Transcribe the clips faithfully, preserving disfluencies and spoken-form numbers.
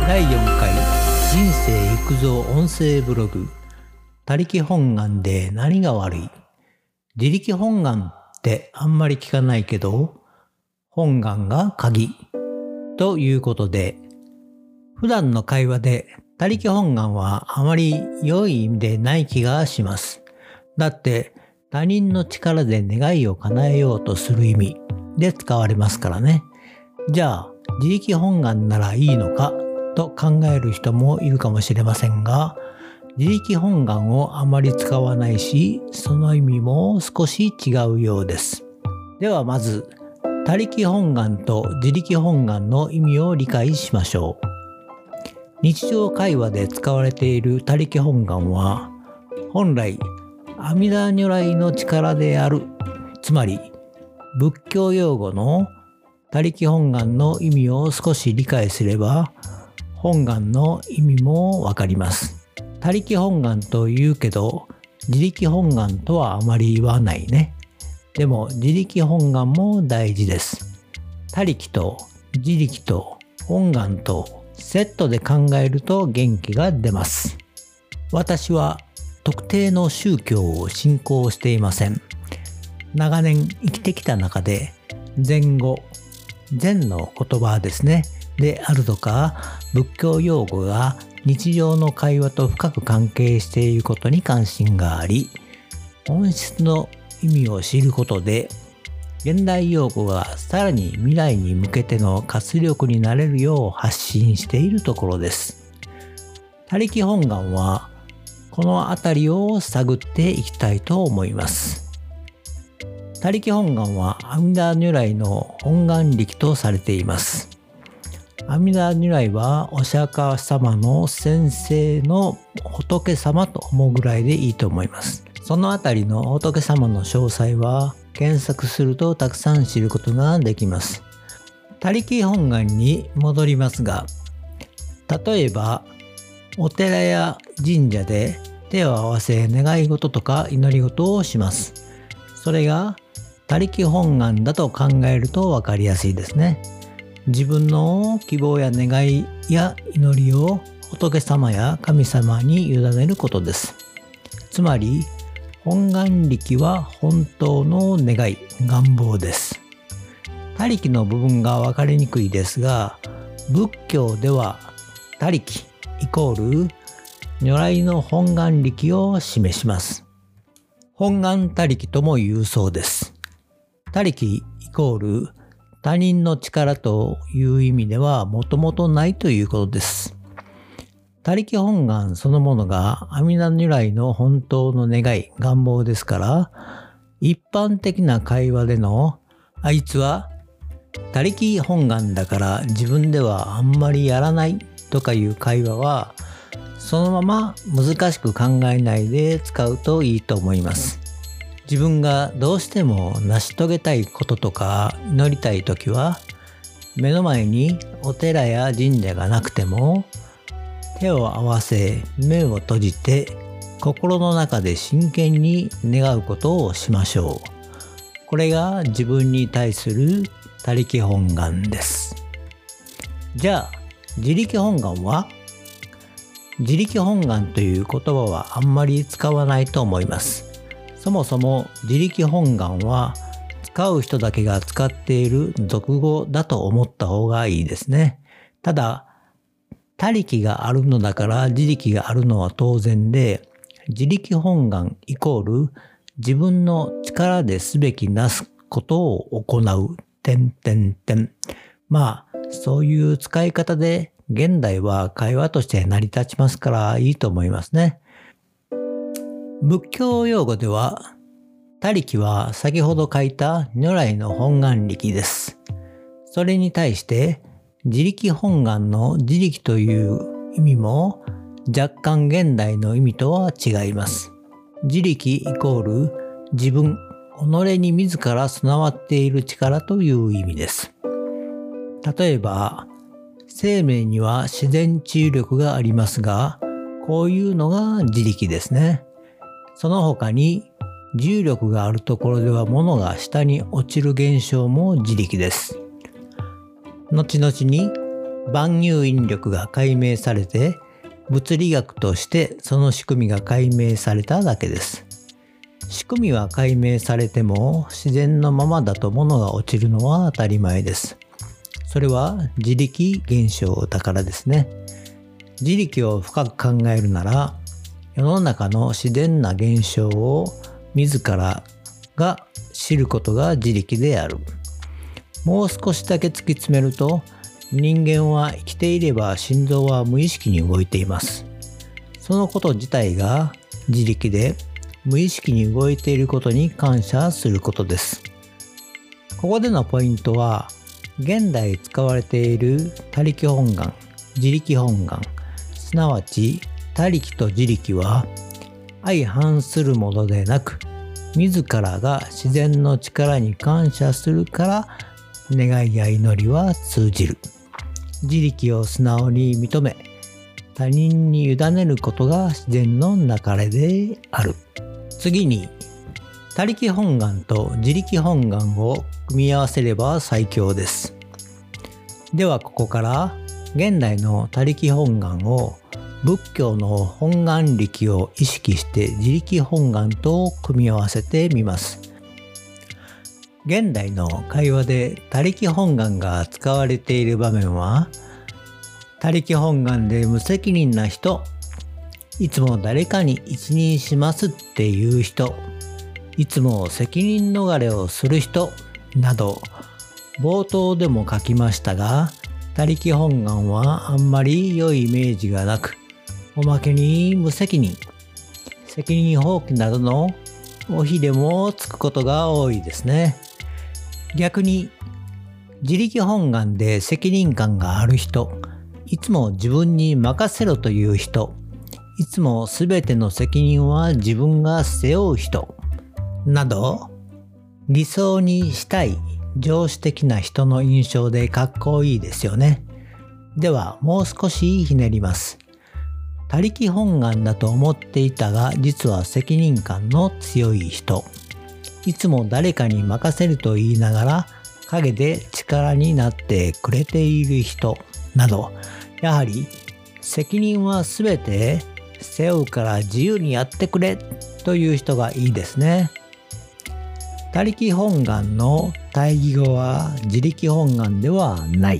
だいよんかい人生育造音声ブログ他力本願で何が悪い？自力本願ってあんまり聞かないけど本願が鍵ということで、普段の会話で他力本願はあまり良い意味でない気がします。だって他人の力で願いを叶えようとする意味で使われますからね。じゃあ自力本願ならいいのかと考える人もいるかもしれませんが、自力本願をあまり使わないし、その意味も少し違うようです。ではまず他力本願と自力本願の意味を理解しましょう。日常会話で使われている他力本願は本来阿弥陀如来の力である、つまり仏教用語の他力本願の意味を少し理解すれば本願の意味もわかります。他力本願と言うけど自力本願とはあまり言わないね。でも自力本願も大事です。他力と自力と本願とセットで考えると元気が出ます。私は特定の宗教を信仰していません。長年生きてきた中で禅語、禅の言葉ですね、であるとか仏教用語が日常の会話と深く関係していることに関心があり、本質の意味を知ることで現代用語がさらに未来に向けての活力になれるよう発信しているところです。他力本願はこのあたりを探っていきたいと思います。他力本願は阿弥陀如来の本願力とされています。阿弥陀如来はお釈迦様の先生の仏様と思うぐらいでいいと思います。そのあたりの仏様の詳細は検索するとたくさん知ることができます。他力本願に戻りますが、例えばお寺や神社で手を合わせ願い事とか祈り事をします。それが他力本願だと考えると分かりやすいですね。自分の希望や願いや祈りを仏様や神様に委ねることです。つまり本願力は本当の願い、願望です。他力の部分が分かりにくいですが、仏教では他力イコール如来の本願力を示します。本願他力とも言うそうです。他力イコール他人の力という意味ではもともとないということです。他力本願そのものが阿弥陀如来の本当の願い、願望ですから、一般的な会話でのあいつは他力本願だから自分ではあんまりやらないとかいう会話はそのまま難しく考えないで使うといいと思います。自分がどうしても成し遂げたいこととか祈りたいときは、目の前にお寺や神社がなくても手を合わせ目を閉じて心の中で真剣に願うことをしましょう。これが自分に対する他力本願です。じゃあ自力本願は？自力本願という言葉はあんまり使わないと思います。そもそも自力本願は使う人だけが使っている俗語だと思った方がいいですね。ただ他力があるのだから自力があるのは当然で、自力本願イコール自分の力ですべきなすことを行う点点点。まあそういう使い方で現代は会話として成り立ちますからいいと思いますね。仏教用語では他力は先ほど書いた如来の本願力です。それに対して自力本願の自力という意味も若干現代の意味とは違います。自力イコール自分、己に自ら備わっている力という意味です。例えば生命には自然治癒力がありますが、こういうのが自力ですね。その他に重力があるところでは物が下に落ちる現象も自力です。後々に万有引力が解明されて、物理学としてその仕組みが解明されただけです。仕組みは解明されても自然のままだと物が落ちるのは当たり前です。それは自力現象だからですね。自力を深く考えるなら、世の中の自然な現象を自らが知ることが自力である。もう少しだけ突き詰めると、人間は生きていれば心臓は無意識に動いています。そのこと自体が自力で無意識に動いていることに感謝することです。ここでのポイントは、現代使われている他力本願、自力本願、すなわち他力と自力は相反するものでなく、自らが自然の力に感謝するから願いや祈りは通じる。自力を素直に認め、他人に委ねることが自然の流れである。次に、他力本願と自力本願を組み合わせれば最強です。ではここから現代の他力本願を仏教の本願力を意識して自力本願と組み合わせてみます。現代の会話で他力本願が使われている場面は、他力本願で無責任な人、いつも誰かに一任しますっていう人、いつも責任逃れをする人など、冒頭でも書きましたが、他力本願はあんまり良いイメージがなく、おまけに無責任、責任放棄などのおひれもつくことが多いですね。逆に自力本願で責任感がある人、いつも自分に任せろという人、いつもすべての責任は自分が背負う人など、理想にしたい上司的な人の印象でかっこいいですよね。ではもう少しひねります。他力本願だと思っていたが、実は責任感の強い人、いつも誰かに任せると言いながら陰で力になってくれている人など、やはり責任はすべて背負うから自由にやってくれという人がいいですね。他力本願の対義語は自力本願ではない。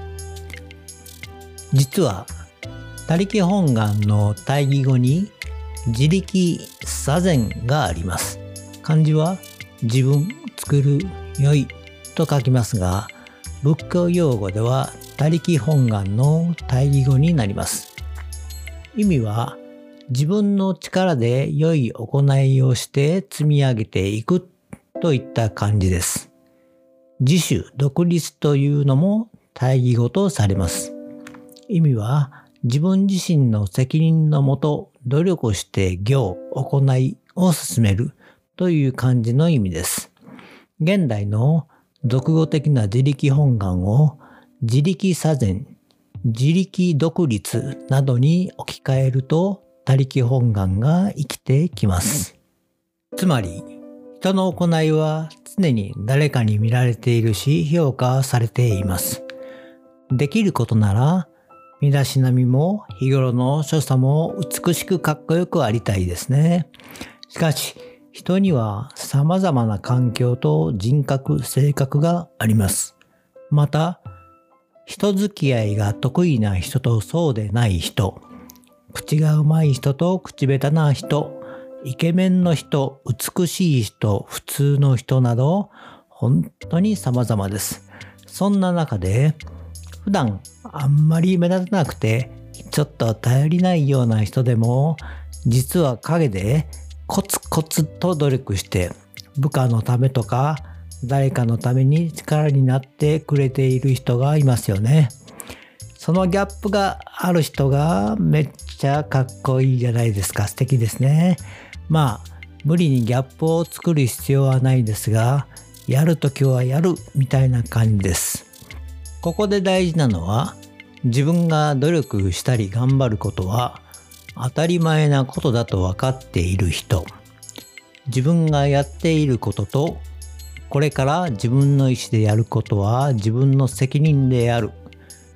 実は他力本願の対義語に自力作善があります。漢字は自分、作る、良いと書きますが、仏教用語では他力本願の対義語になります。意味は自分の力で良い行いをして積み上げていくといった感じです。自主、独立というのも対義語とされます。意味は自分自身の責任のもと努力して行、行いを進めるという感じの意味です。現代の俗語的な自力本願を自力作善、自力独立などに置き換えると他力本願が生きてきます。つまり、人の行いは常に誰かに見られているし評価されています。できることなら、身だしなみも日頃の所作も美しくかっこよくありたいですね。しかし、人には様々な環境と人格、性格があります。また、人付き合いが得意な人とそうでない人、口がうまい人と口下手な人、イケメンの人、美しい人、普通の人など、本当に様々です。そんな中で、普段あんまり目立たなくて、ちょっと頼りないような人でも、実は陰でコツコツと努力して、部下のためとか、誰かのために力になってくれている人がいますよね。そのギャップがある人がめっちゃかっこいいじゃないですか。素敵ですね。まあ、無理にギャップを作る必要はないですが、やるときはやるみたいな感じです。ここで大事なのは、自分が努力したり頑張ることは当たり前なことだと分かっている人。自分がやっていることと、これから自分の意思でやることは自分の責任である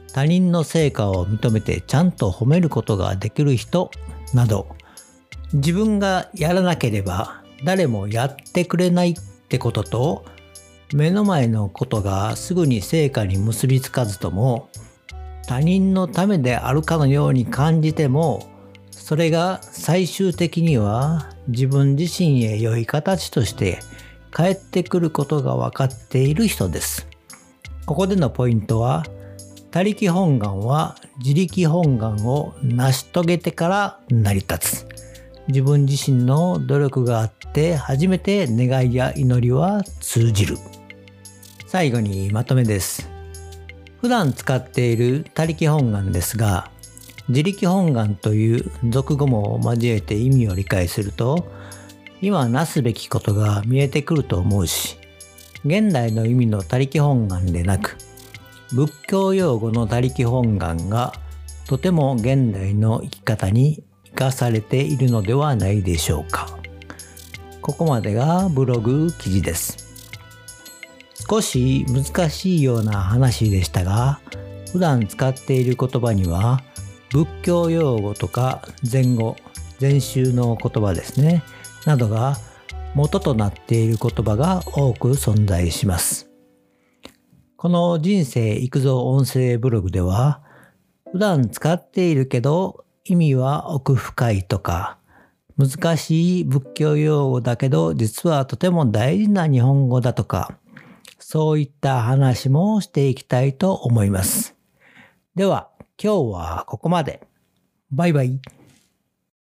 他人の成果を認めてちゃんと褒めることができる人など、自分がやらなければ誰もやってくれないってことと、目の前のことがすぐに成果に結びつかずとも、他人のためであるかのように感じても、それが最終的には自分自身へ良い形として返ってくることが分かっている人です。ここでのポイントは、他力本願は自力本願を成し遂げてから成り立つ。自分自身の努力があって初めて願いや祈りは通じる。最後にまとめです。普段使っている他力本願ですが、自力本願という俗語も交えて意味を理解すると、今なすべきことが見えてくると思うし、現代の意味の他力本願でなく、仏教用語の他力本願がとても現代の生き方に生かされているのではないでしょうか。ここまでがブログ記事です。少し難しいような話でしたが、普段使っている言葉には仏教用語とか禅語、禅宗の言葉ですね、などが元となっている言葉が多く存在します。この人生育造音声ブログでは、普段使っているけど意味は奥深いとか、難しい仏教用語だけど実はとても大事な日本語だとか、そういった話もしていきたいと思います。では今日はここまで。バイバイ。